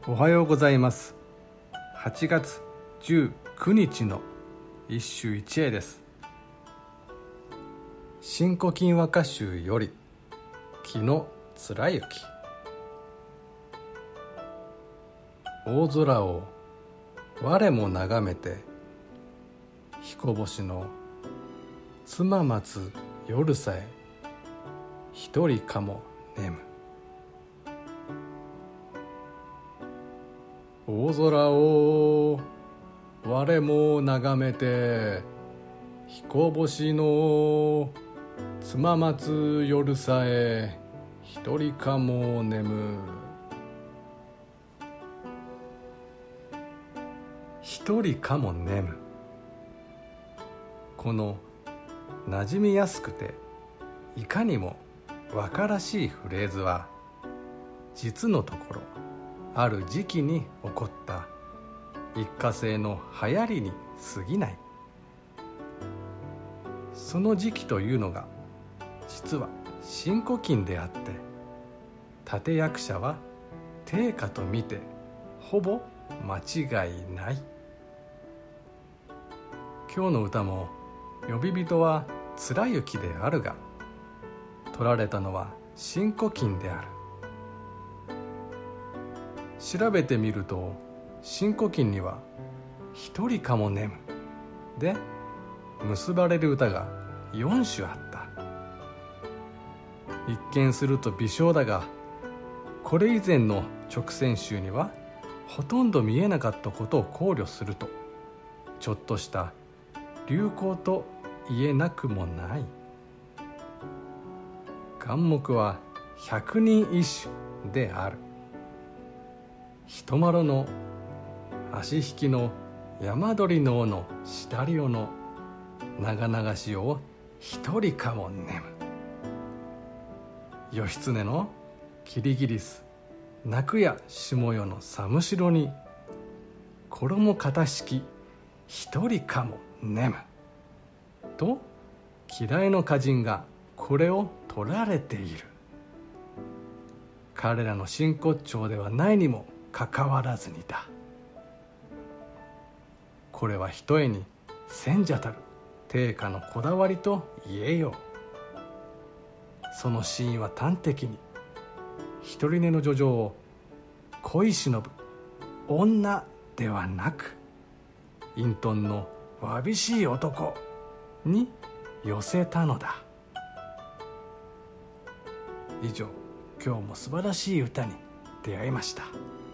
おはようございます。8月19日の一首一会です。新古今和歌集より紀貫之。大空を我も眺めて、彦星の妻待つ夜さえ一人かも眠。大空を我も眺めて、彦星の妻待つ夜さえ一人かも眠。一人かも眠。この馴染みやすくていかにも和歌らしいフレーズは、実のところある時期に起こった一過性の流行りに過ぎない。その時期というのが実は新古今であって、立役者は定家と見てほぼ間違いない。今日の歌も呼び人は貫之であるが、取られたのは新古今である。調べてみると、新古今には一人かも眠で結ばれる歌が4首あった。一見すると微小だが、これ以前の直線集にはほとんど見えなかったことを考慮すると、ちょっとした流行と言えなくもない。眼目は百人一首である。人麻呂の足引きの山鳥の尾の下り尾の長々しを一人かも眠。義経のキリギリス泣くや下夜の寒城に衣片敷一人かも眠と、希代の歌人がこれを取られている。彼らの真骨頂ではないにもかかわらずにだ。これはひとえに選者たる定家のこだわりと言えよう。その真意は端的に、一人寝の叙情を恋忍ぶ女ではなく、隠遁のわびしい男に寄せたのだ。以上、今日も素晴らしい歌に出会いました。